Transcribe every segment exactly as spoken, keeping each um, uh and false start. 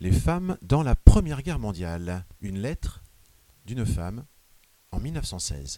Les femmes dans la Première Guerre mondiale. Une lettre d'une femme en mille neuf cent seize.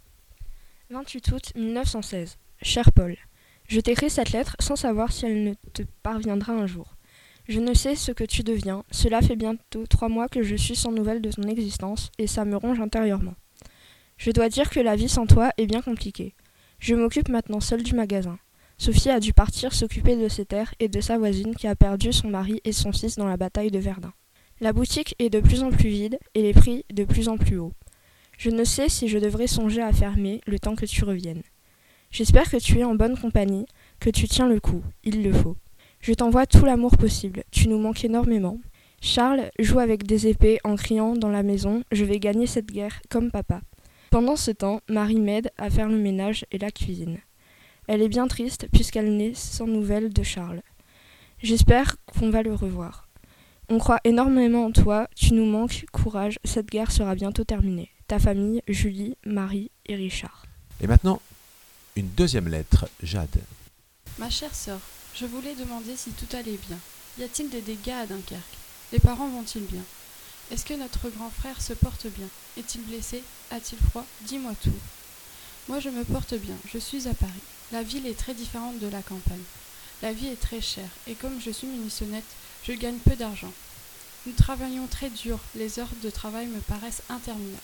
vingt-huit août mille neuf cent seize. Cher Paul, je t'écris cette lettre sans savoir si elle ne te parviendra un jour. Je ne sais ce que tu deviens, cela fait bientôt trois mois que je suis sans nouvelles de ton existence et ça me ronge intérieurement. Je dois dire que la vie sans toi est bien compliquée. Je m'occupe maintenant seule du magasin. Sophie a dû partir s'occuper de ses terres et de sa voisine qui a perdu son mari et son fils dans la bataille de Verdun. La boutique est de plus en plus vide et les prix de plus en plus hauts. Je ne sais si je devrais songer à fermer le temps que tu reviennes. J'espère que tu es en bonne compagnie, que tu tiens le coup, il le faut. Je t'envoie tout l'amour possible, tu nous manques énormément. Charles joue avec des épées en criant dans la maison « Je vais gagner cette guerre comme papa ». Pendant ce temps, Marie m'aide à faire le ménage et la cuisine. Elle est bien triste puisqu'elle n'est sans nouvelles de Charles. J'espère qu'on va le revoir. On croit énormément en toi, tu nous manques, courage, cette guerre sera bientôt terminée. Ta famille, Julie, Marie et Richard. Et maintenant, une deuxième lettre, Jade. Ma chère sœur, je voulais demander si tout allait bien. Y a-t-il des dégâts à Dunkerque? Les parents vont-ils bien? Est-ce que notre grand frère se porte bien? Est-il blessé? A-t-il froid? Dis-moi tout. Moi je me porte bien, je suis à Paris. La ville est très différente de la campagne. La vie est très chère, et comme je suis munitionnaire, je gagne peu d'argent. Nous travaillons très dur, les heures de travail me paraissent interminables.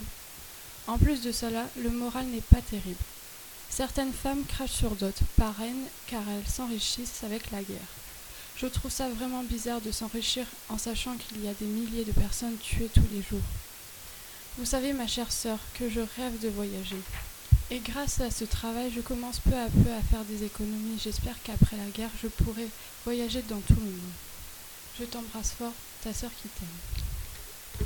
En plus de cela, le moral n'est pas terrible. Certaines femmes crachent sur d'autres, par haine, car elles s'enrichissent avec la guerre. Je trouve ça vraiment bizarre de s'enrichir en sachant qu'il y a des milliers de personnes tuées tous les jours. Vous savez, ma chère sœur, que je rêve de voyager. Et grâce à ce travail, je commence peu à peu à faire des économies. J'espère qu'après la guerre, je pourrai voyager dans tout le monde. Je t'embrasse fort, ta sœur qui t'aime.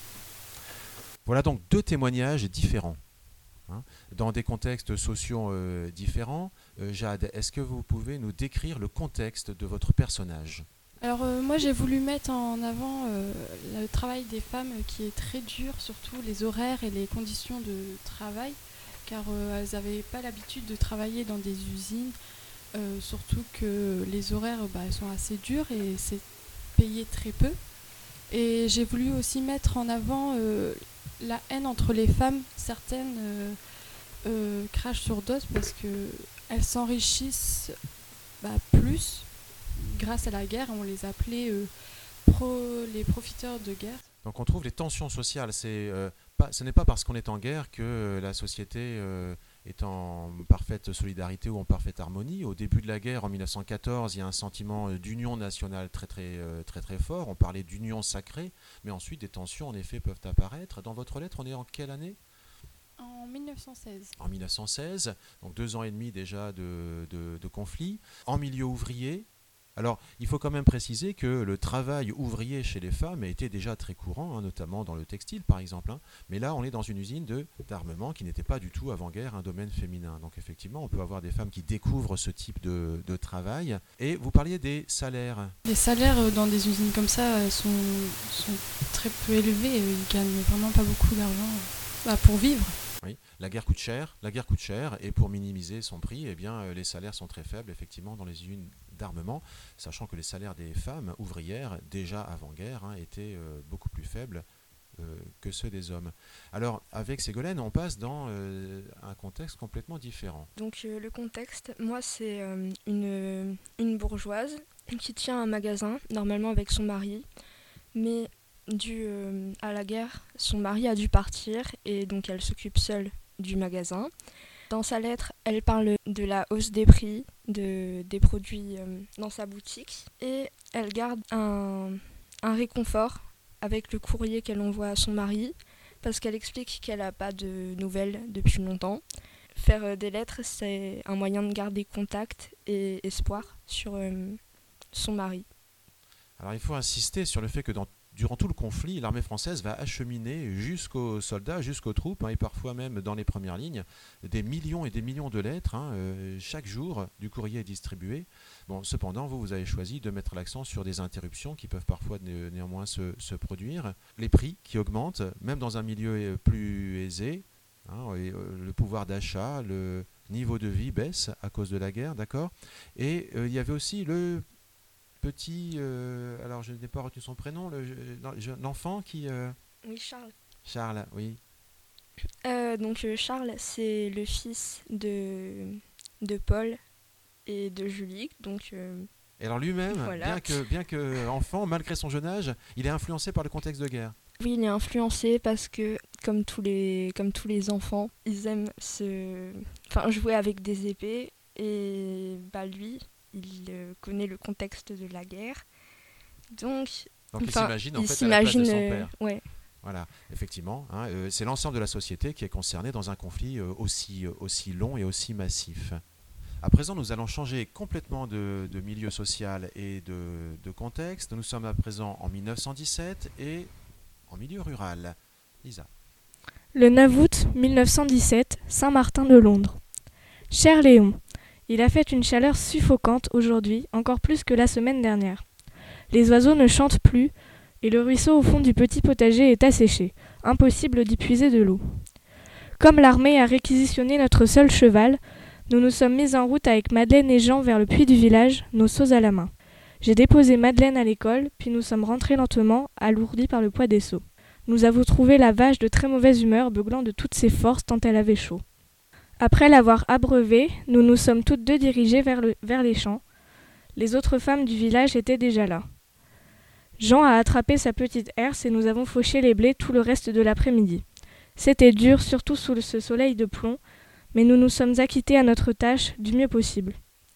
Voilà donc deux témoignages différents, hein, dans des contextes sociaux euh, différents. Euh, Jade, est-ce que vous pouvez nous décrire le contexte de votre personnage ? Alors euh, moi j'ai voulu mettre en avant euh, le travail des femmes qui est très dur, surtout les horaires et les conditions de travail, car euh, elles n'avaient pas l'habitude de travailler dans des usines, euh, surtout que les horaires bah, sont assez durs et c'est payé très peu. Et j'ai voulu aussi mettre en avant euh, la haine entre les femmes. Certaines euh, euh, crachent sur d'autres parce qu'elles s'enrichissent bah, plus grâce à la guerre. On les appelait euh, pro, les profiteurs de guerre. Donc on trouve les tensions sociales. C'est, euh, pas, ce n'est pas parce qu'on est en guerre que euh, la société euh, est en parfaite solidarité ou en parfaite harmonie. Au début de la guerre, en mille neuf cent quatorze, il y a un sentiment d'union nationale très très, euh, très, très fort. On parlait d'union sacrée, mais ensuite des tensions en effet peuvent apparaître. Dans votre lettre, on est en quelle année ? En mille neuf cent seize. En mille neuf cent seize, donc deux ans et demi déjà de, de, de conflit. En milieu ouvrier. Alors, il faut quand même préciser que le travail ouvrier chez les femmes était déjà très courant, hein, notamment dans le textile par exemple. Hein. Mais là, on est dans une usine de, d'armement qui n'était pas du tout avant-guerre un domaine féminin. Donc effectivement, on peut avoir des femmes qui découvrent ce type de, de travail. Et vous parliez des salaires. Les salaires dans des usines comme ça sont, sont très peu élevés. Ils gagnent vraiment pas beaucoup d'argent bah, pour vivre. Oui, la guerre coûte cher, la guerre coûte cher, et pour minimiser son prix, eh bien, les salaires sont très faibles, effectivement, dans les usines d'armement, sachant que les salaires des femmes ouvrières, déjà avant-guerre, hein, étaient euh, beaucoup plus faibles euh, que ceux des hommes. Alors, avec Ségolène, on passe dans euh, un contexte complètement différent. Donc euh, le contexte, moi c'est euh, une, une bourgeoise qui tient un magasin, normalement avec son mari, mais dû euh, à la guerre, son mari a dû partir et donc elle s'occupe seule du magasin. Dans sa lettre, elle parle de la hausse des prix de, des produits euh, dans sa boutique et elle garde un, un réconfort avec le courrier qu'elle envoie à son mari parce qu'elle explique qu'elle n'a pas de nouvelles depuis longtemps. Faire euh, des lettres, c'est un moyen de garder contact et espoir sur euh, son mari. Alors, il faut insister sur le fait que dans Durant tout le conflit, l'armée française va acheminer jusqu'aux soldats, jusqu'aux troupes, hein, et parfois même dans les premières lignes, des millions et des millions de lettres. Hein, euh, chaque jour, du courrier est distribué. Bon, cependant, vous, vous avez choisi de mettre l'accent sur des interruptions qui peuvent parfois né- néanmoins se, se produire. Les prix qui augmentent, même dans un milieu plus aisé. Hein, et, euh, le pouvoir d'achat, le niveau de vie baisse à cause de la guerre, d'accord. Et euh, il y avait aussi le petit, euh, alors je n'ai pas retenu son prénom, le, je- l'enfant qui... euh, Oui, Charles. Charles, oui. Euh, donc euh, Charles, c'est le fils de, de Paul et de Julie. Donc euh, Et alors lui-même, voilà. bien que, bien que enfant, malgré son jeune âge, il est influencé par le contexte de guerre. Oui, il est influencé parce que, comme tous les, comme tous les enfants, ils aiment se, enfin, jouer avec des épées. Et bah, lui, il euh, connaît le contexte de la guerre. Donc, Donc il enfin, s'imagine en il fait à la place de son s'imagine, euh, père. ouais. Voilà, effectivement, hein, euh, c'est l'ensemble de la société qui est concernée dans un conflit euh, aussi, euh, aussi long et aussi massif. À présent, nous allons changer complètement de, de milieu social et de, de contexte. Nous sommes à présent en mille neuf cent dix-sept et en milieu rural. Lisa. Le neuf août mille neuf cent dix-sept, Saint-Martin-de-Londres. Cher Léon, il a fait une chaleur suffocante aujourd'hui, encore plus que la semaine dernière. Les oiseaux ne chantent plus et le ruisseau au fond du petit potager est asséché. Impossible d'y puiser de l'eau. Comme l'armée a réquisitionné notre seul cheval, nous nous sommes mis en route avec Madeleine et Jean vers le puits du village, nos seaux à la main. J'ai déposé Madeleine à l'école, puis nous sommes rentrés lentement, alourdis par le poids des seaux. Nous avons trouvé la vache de très mauvaise humeur, beuglant de toutes ses forces tant elle avait chaud. Après l'avoir abreuvée, nous nous sommes toutes deux dirigées vers, le, vers les champs. Les autres femmes du village étaient déjà là. Jean a attrapé sa petite herse et nous avons fauché les blés tout le reste de l'après-midi. C'était dur, surtout sous ce soleil de plomb, mais nous nous sommes acquittés à notre tâche du mieux possible.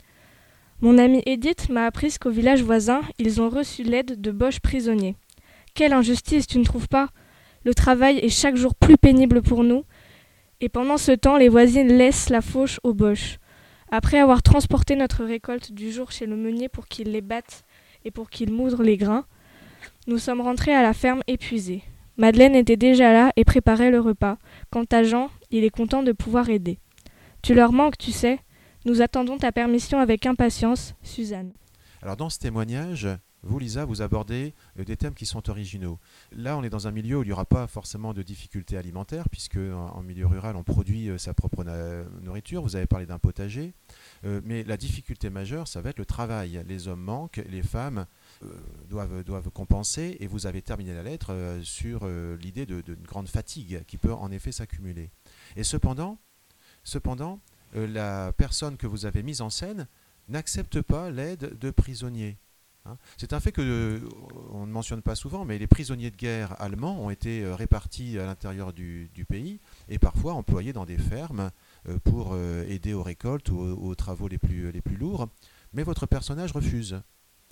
Mon amie Edith m'a appris qu'au village voisin, ils ont reçu l'aide de Boches prisonniers. Quelle injustice, tu ne trouves pas ? Le travail est chaque jour plus pénible pour nous, et pendant ce temps, les voisines laissent la fauche aux Boches. Après avoir transporté notre récolte du jour chez le meunier pour qu'il les batte et pour qu'il moudre les grains, nous sommes rentrés à la ferme épuisés. Madeleine était déjà là et préparait le repas. Quant à Jean, il est content de pouvoir aider. Tu leur manques, tu sais. Nous attendons ta permission avec impatience, Suzanne. Alors dans ce témoignage, vous Lisa, vous abordez euh, des thèmes qui sont originaux. Là, on est dans un milieu où il n'y aura pas forcément de difficultés alimentaires, puisque en, en milieu rural, on produit euh, sa propre na- nourriture. Vous avez parlé d'un potager. Euh, mais la difficulté majeure, ça va être le travail. Les hommes manquent, les femmes euh, doivent, doivent compenser, et vous avez terminé la lettre euh, sur euh, l'idée de, de, d'une grande fatigue qui peut en effet s'accumuler. Et cependant, cependant euh, la personne que vous avez mise en scène n'accepte pas l'aide de prisonniers. Hein. C'est un fait que euh, on ne mentionne pas souvent, mais les prisonniers de guerre allemands ont été euh, répartis à l'intérieur du, du pays et parfois employés dans des fermes euh, pour euh, aider aux récoltes ou aux, aux travaux les plus, les plus lourds. Mais votre personnage refuse. Pourquoi ?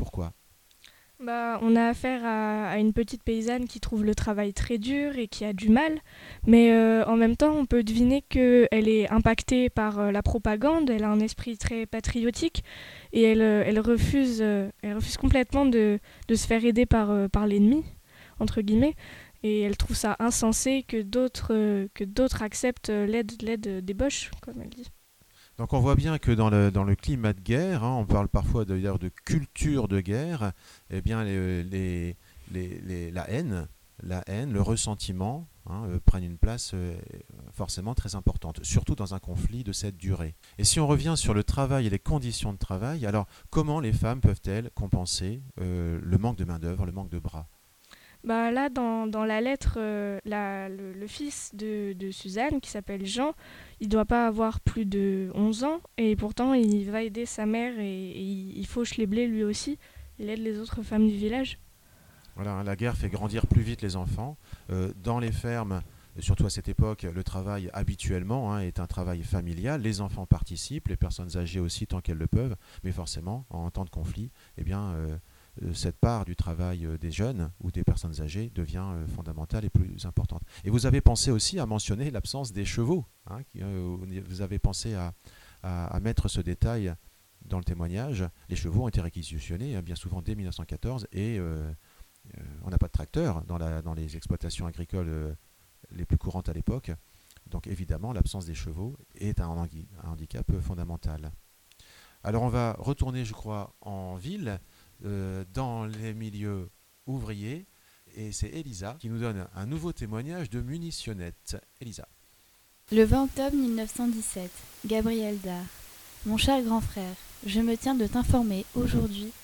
Bah, on a affaire à, à une petite paysanne qui trouve le travail très dur et qui a du mal, mais euh, en même temps on peut deviner qu'elle est impactée par euh, la propagande, elle a un esprit très patriotique et elle, euh, elle, refuse, euh, elle refuse complètement de, de se faire aider par, euh, par l'ennemi, entre guillemets, et elle trouve ça insensé que d'autres, euh, que d'autres acceptent l'aide, l'aide des Boches, comme elle dit. Donc on voit bien que dans le, dans le climat de guerre, hein, on parle parfois d'ailleurs de culture de guerre, eh bien les, les, les, les, la haine, la haine, le ressentiment hein, euh, prennent une place euh, forcément très importante, surtout dans un conflit de cette durée. Et si on revient sur le travail et les conditions de travail, alors comment les femmes peuvent-elles compenser euh, le manque de main-d'œuvre, le manque de bras ? Bah là, dans, dans la lettre, euh, la, le, le fils de, de Suzanne, qui s'appelle Jean, il ne doit pas avoir plus de onze ans, et pourtant il va aider sa mère et, et il, il fauche les blés lui aussi. Il aide les autres femmes du village. Voilà, hein, la guerre fait grandir plus vite les enfants. Euh, dans les fermes, surtout à cette époque, le travail habituellement hein, est un travail familial. Les enfants participent, les personnes âgées aussi tant qu'elles le peuvent, mais forcément, en temps de conflit, eh bien... Euh, cette part du travail des jeunes ou des personnes âgées devient fondamentale et plus importante. Et vous avez pensé aussi à mentionner l'absence des chevaux. Hein, qui, euh, vous avez pensé à, à, à mettre ce détail dans le témoignage. Les chevaux ont été réquisitionnés hein, bien souvent dès mille neuf cent quatorze et euh, euh, on n'a pas de tracteur dans, la, dans les exploitations agricoles euh, les plus courantes à l'époque. Donc évidemment, l'absence des chevaux est un, un handicap fondamental. Alors on va retourner, je crois, en ville. Euh, dans les milieux ouvriers et c'est Elisa qui nous donne un nouveau témoignage de munitionnette. Elisa. Le vingt octobre mille neuf cent dix-sept, Gabriel Dard. Mon cher grand frère, je me tiens de t'informer aujourd'hui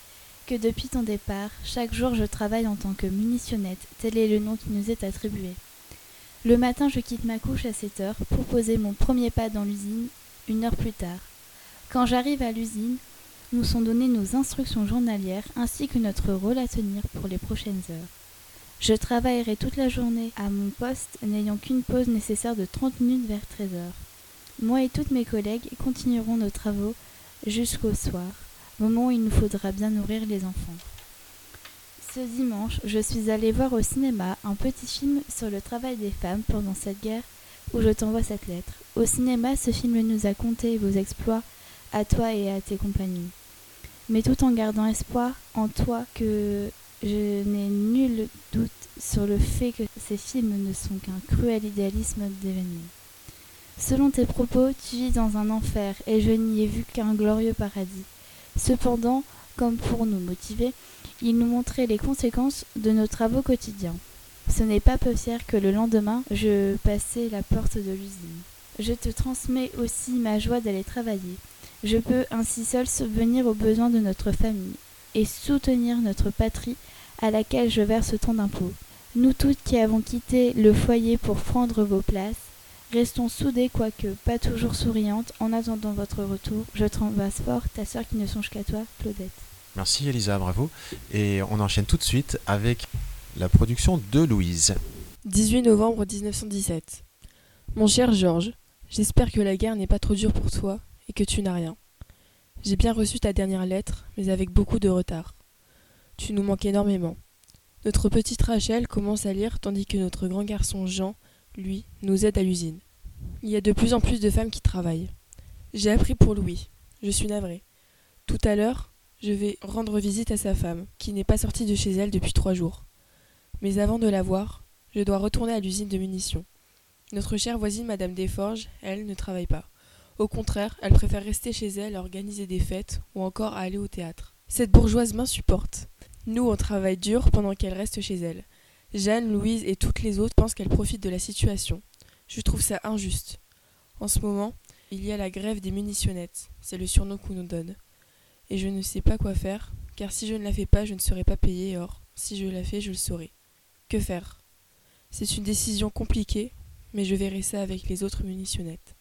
que depuis ton départ, chaque jour je travaille en tant que munitionnette, tel est le nom qui nous est attribué. Le matin, je quitte ma couche à sept heures pour poser mon premier pas dans l'usine, une heure plus tard. Quand j'arrive à l'usine, nous sont données nos instructions journalières ainsi que notre rôle à tenir pour les prochaines heures. Je travaillerai toute la journée à mon poste, n'ayant qu'une pause nécessaire de trente minutes vers treize heures. Moi et toutes mes collègues continuerons nos travaux jusqu'au soir, moment où il nous faudra bien nourrir les enfants. Ce dimanche, je suis allée voir au cinéma un petit film sur le travail des femmes pendant cette guerre où je t'envoie cette lettre. Au cinéma, ce film nous a conté vos exploits à toi et à tes compagnons. Mais tout en gardant espoir en toi que je n'ai nul doute sur le fait que ces films ne sont qu'un cruel idéalisme d'événements. Selon tes propos, tu vis dans un enfer et je n'y ai vu qu'un glorieux paradis. Cependant, comme pour nous motiver, il nous montrait les conséquences de nos travaux quotidiens. Ce n'est pas peu fier que le lendemain, je passais la porte de l'usine. Je te transmets aussi ma joie d'aller travailler. Je peux ainsi seul subvenir aux besoins de notre famille et soutenir notre patrie à laquelle je verse tant d'impôts. Nous toutes qui avons quitté le foyer pour prendre vos places, restons soudées quoique pas toujours souriantes en attendant votre retour. Je t'embrasse fort, ta sœur qui ne songe qu'à toi, Claudette. Merci Elisa, bravo. Et on enchaîne tout de suite avec la production de Louise. dix-huit novembre dix-neuf cent dix-sept. Mon cher Georges, j'espère que la guerre n'est pas trop dure pour toi et que tu n'as rien. J'ai bien reçu ta dernière lettre, mais avec beaucoup de retard. Tu nous manques énormément. Notre petite Rachel commence à lire tandis que notre grand garçon Jean, lui, nous aide à l'usine. Il y a de plus en plus de femmes qui travaillent. J'ai appris pour Louis. Je suis navrée. Tout à l'heure, je vais rendre visite à sa femme, qui n'est pas sortie de chez elle depuis trois jours. Mais avant de la voir, je dois retourner à l'usine de munitions. Notre chère voisine Madame Desforges, elle, ne travaille pas. Au contraire, elle préfère rester chez elle à organiser des fêtes ou encore à aller au théâtre. Cette bourgeoise m'insupporte. Nous, on travaille dur pendant qu'elle reste chez elle. Jeanne, Louise et toutes les autres pensent qu'elle profite de la situation. Je trouve ça injuste. En ce moment, il y a la grève des munitionnettes. C'est le surnom qu'on nous donne. Et je ne sais pas quoi faire, car si je ne la fais pas, je ne serai pas payée. Or, si je la fais, je le saurai. Que faire ? C'est une décision compliquée, mais je verrai ça avec les autres munitionnettes.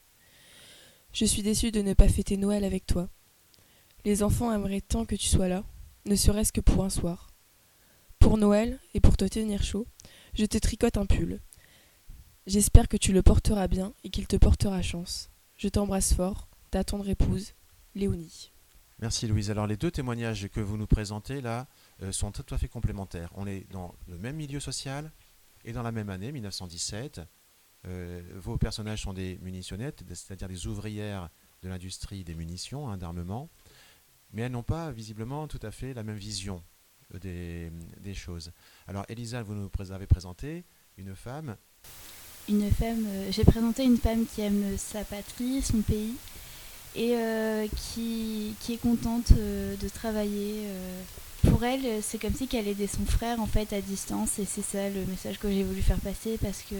Je suis déçue de ne pas fêter Noël avec toi. Les enfants aimeraient tant que tu sois là, ne serait-ce que pour un soir. Pour Noël, et pour te tenir chaud, je te tricote un pull. J'espère que tu le porteras bien et qu'il te portera chance. Je t'embrasse fort, ta tendre épouse, Léonie. Merci Louise. Alors les deux témoignages que vous nous présentez là euh, sont tout à fait complémentaires. On est dans le même milieu social et dans la même année, mille neuf cent dix-sept. Euh, vos personnages sont des munitionnettes, c'est-à-dire des ouvrières de l'industrie des munitions, hein, d'armement, mais elles n'ont pas visiblement tout à fait la même vision des, des choses. Alors Elisa, vous nous avez présenté une femme. Une femme, euh, j'ai présenté une femme qui aime sa patrie, son pays, et euh, qui, qui est contente euh, de travailler. Euh, pour elle, c'est comme si qu'elle aidait son frère en fait à distance, et c'est ça le message que j'ai voulu faire passer, parce que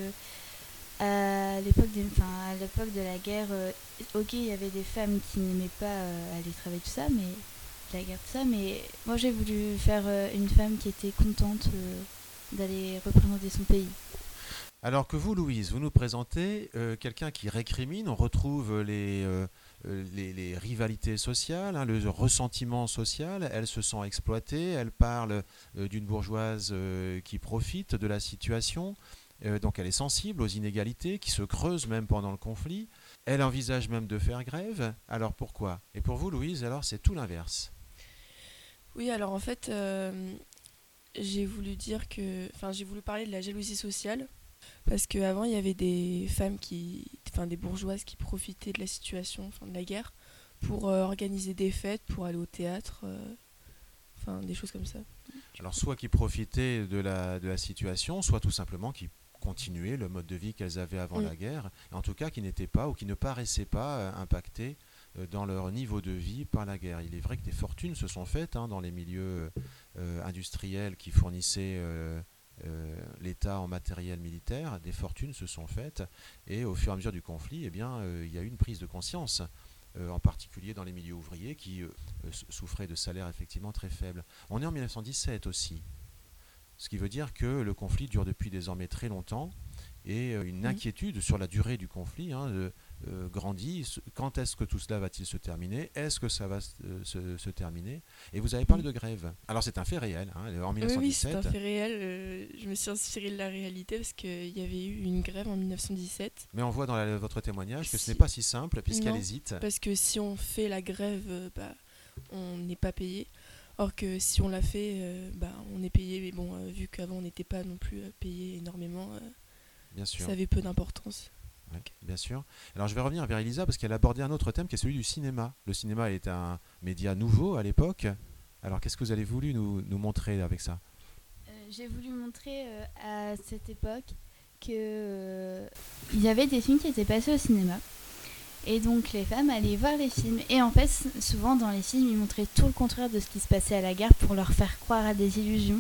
à l'époque, des, enfin, à l'époque de la guerre, euh, ok, il y avait des femmes qui n'aimaient pas euh, aller travailler tout ça, mais la guerre tout ça, mais moi j'ai voulu faire euh, une femme qui était contente euh, d'aller représenter son pays. Alors que vous, Louise, vous nous présentez euh, quelqu'un qui récrimine, on retrouve les, euh, les, les rivalités sociales, hein, le ressentiment social, elle se sent exploitée, elle parle euh, d'une bourgeoise euh, qui profite de la situation, euh, donc elle est sensible aux inégalités qui se creusent même pendant le conflit, elle envisage même de faire grève, alors pourquoi ? Et pour vous, Louise, alors c'est tout l'inverse. Oui, alors en fait, euh, j'ai voulu dire que, enfin, j'ai voulu parler de la jalousie sociale. Parce qu'avant, il y avait des femmes qui, enfin des bourgeoises qui profitaient de la situation, enfin de la guerre, pour euh, organiser des fêtes, pour aller au théâtre, euh, enfin des choses comme ça. Alors soit qui profitaient de la, de la situation, soit tout simplement qui continuaient le mode de vie qu'elles avaient avant mmh. la guerre, en tout cas qui n'étaient pas ou qui ne paraissaient pas euh, impactées euh, dans leur niveau de vie par la guerre. Il est vrai que des fortunes se sont faites hein, dans les milieux euh, industriels qui fournissaient euh, Euh, l'État en matériel militaire, des fortunes se sont faites et au fur et à mesure du conflit, eh bien, euh, il y a eu une prise de conscience euh, en particulier dans les milieux ouvriers qui euh, souffraient de salaires effectivement très faibles. On est en mille neuf cent dix-sept aussi, ce qui veut dire que le conflit dure depuis désormais très longtemps et euh, une Mmh. inquiétude sur la durée du conflit hein, euh, euh, grandit. Quand est-ce que tout cela va-t-il se terminer? Est-ce que ça va euh, se, se terminer? Et vous avez parlé Mmh. de grève. Alors c'est un fait réel. Hein, en Oui, oui, c'est un mille neuf cent dix-sept, fait réel. euh, je me suis inspirée de la réalité parce qu'il y avait eu une grève en mille neuf cent dix-sept. mais on voit dans la- votre témoignage que ce Si- n'est pas si simple puisqu'elle Non. hésite. Parce que si on fait la grève, euh, bah, on n'est pas payé. Or que si on l'a fait, euh, bah, on est payé. Mais bon, euh, vu qu'avant on n'était pas non plus euh, payé énormément, euh, Bien sûr. ça avait peu d'importance. Ouais, bien sûr. Alors je vais revenir vers Elisa parce qu'elle a abordé un autre thème qui est celui du cinéma. Le cinéma est un média nouveau à l'époque. Alors qu'est-ce que vous avez voulu nous, nous montrer avec ça? Euh, J'ai voulu montrer euh, à cette époque que euh, il y avait des films qui étaient passés au cinéma. Et donc les femmes allaient voir les films. Et en fait, s- souvent dans les films, ils montraient tout le contraire de ce qui se passait à la gare pour leur faire croire à des illusions.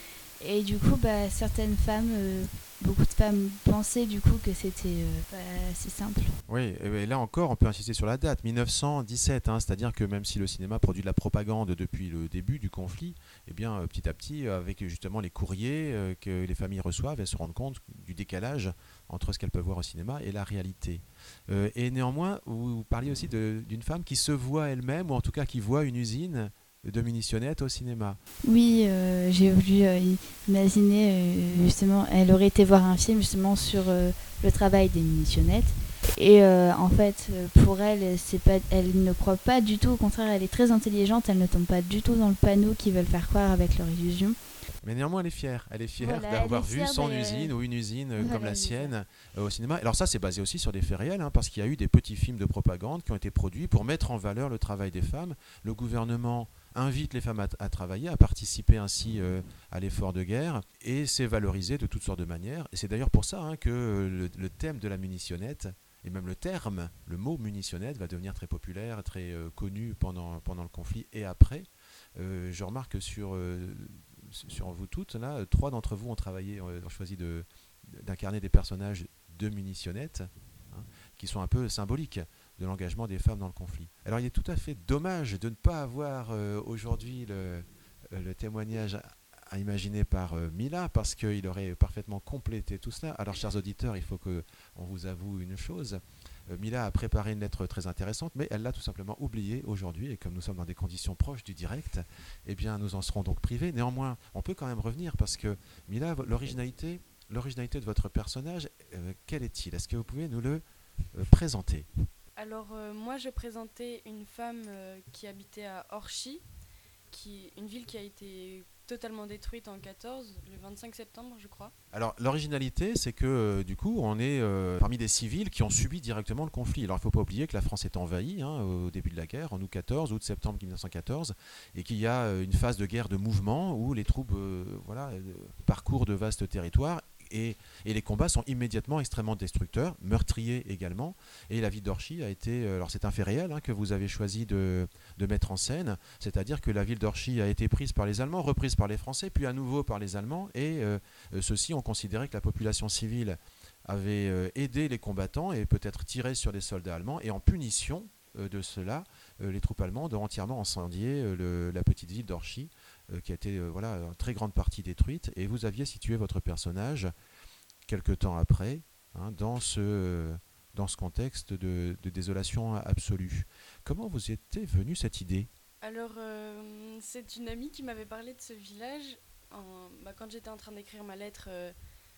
Et du coup, bah, certaines femmes, euh, beaucoup de femmes pensaient du coup que c'était euh, pas si simple. Oui, et là encore, on peut insister sur la date, mille neuf cent dix-sept, hein, c'est-à-dire que même si le cinéma produit de la propagande depuis le début du conflit, eh bien, euh, petit à petit, euh, avec justement les courriers euh, que les familles reçoivent, elles se rendent compte du décalage entre ce qu'elles peuvent voir au cinéma et la réalité. Euh, et néanmoins, vous, vous parliez aussi de- d'une femme qui se voit elle-même, ou en tout cas qui voit une usine de munitionnettes au cinéma. Oui, euh, j'ai voulu euh, imaginer euh, justement, elle aurait été voir un film justement sur euh, le travail des munitionnettes. Et euh, en fait, euh, pour elle, c'est pas, elle ne croit pas du tout. Au contraire, elle est très intelligente. Elle ne tombe pas du tout dans le panneau qu'ils veulent faire croire avec leur illusion. Mais néanmoins, elle est fière. Elle est fière Voilà, d'avoir elle est vu fière son de- usine ou une usine euh, Voilà, comme la c'est ça. sienne euh, au cinéma. Alors ça, c'est basé aussi sur des faits réels, hein, parce qu'il y a eu des petits films de propagande qui ont été produits pour mettre en valeur le travail des femmes. Le gouvernement invite les femmes à, à travailler, à participer ainsi euh, à l'effort de guerre, et c'est valorisé de toutes sortes de manières. Et c'est d'ailleurs pour ça hein, que euh, le, le thème de la munitionnette, et même le terme, le mot munitionnette, va devenir très populaire, très euh, connu pendant, pendant le conflit et après. Euh, je remarque sur, euh, sur vous toutes, là, euh, trois d'entre vous ont travaillé, euh, ont choisi de, d'incarner des personnages de munitionnettes, hein, qui sont un peu symboliques de l'engagement des femmes dans le conflit. Alors il est tout à fait dommage de ne pas avoir euh, aujourd'hui le, euh, le témoignage à, à imaginer par euh, Mila, parce qu'il aurait parfaitement complété tout cela. Alors chers auditeurs, il faut qu'on vous avoue une chose. Euh, Mila a préparé une lettre très intéressante, mais elle l'a tout simplement oubliée aujourd'hui, et comme nous sommes dans des conditions proches du direct, eh bien nous en serons donc privés. Néanmoins, on peut quand même revenir, parce que Mila, vo- l'originalité, l'originalité de votre personnage, euh, quel est-il? Est-ce que vous pouvez nous le euh, présenter? Alors euh, moi je présentais une femme euh, qui habitait à Orchy, qui, une ville qui a été totalement détruite en quatorze, le vingt-cinq septembre je crois. Alors l'originalité, c'est que euh, du coup, on est euh, parmi des civils qui ont subi directement le conflit. Alors il ne faut pas oublier que la France est envahie hein, au début de la guerre, en août quatorze, août-septembre mille neuf cent quatorze, et qu'il y a euh, une phase de guerre de mouvement où les troupes euh, voilà, euh, parcourent de vastes territoires. Et, et les combats sont immédiatement extrêmement destructeurs, meurtriers également. Et la ville d'Orchy a été, euh, alors c'est un fait réel hein, que vous avez choisi de, de mettre en scène, c'est-à-dire que la ville d'Orchy a été prise par les Allemands, reprise par les Français, puis à nouveau par les Allemands, et euh, euh, ceux-ci ont considéré que la population civile avait euh, aidé les combattants et peut-être tiré sur les soldats allemands, et en punition euh, de cela, euh, les troupes allemandes ont entièrement incendié euh, le, la petite ville d'Orchy, euh, qui a été euh, voilà, en très grande partie détruite, et vous aviez situé votre personnage quelque temps après, hein, dans, ce, dans ce contexte de, de désolation absolue. Comment vous était venue cette idée? Alors euh, c'est une amie qui m'avait parlé de ce village en- bah, quand j'étais en train d'écrire ma lettre euh,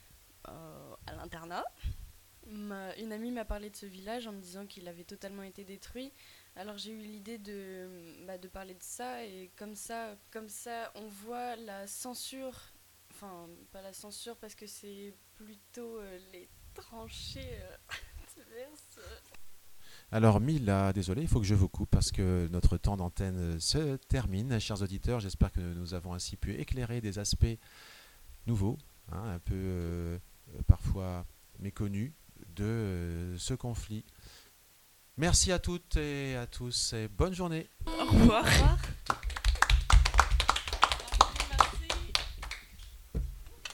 euh, à l'internat. Ma- une amie m'a parlé de ce village en me disant qu'il avait totalement été détruit. Alors j'ai eu l'idée de, bah, de parler de ça, et comme ça, comme ça on voit la censure, enfin pas la censure parce que c'est plutôt euh, les tranchées euh, diverses. Alors Mila, désolé, il faut que je vous coupe parce que notre temps d'antenne se termine. Chers auditeurs, j'espère que nous avons ainsi pu éclairer des aspects nouveaux, hein, un peu euh, parfois méconnus de euh, ce conflit. Merci à toutes et à tous et bonne journée. Au revoir. Au revoir.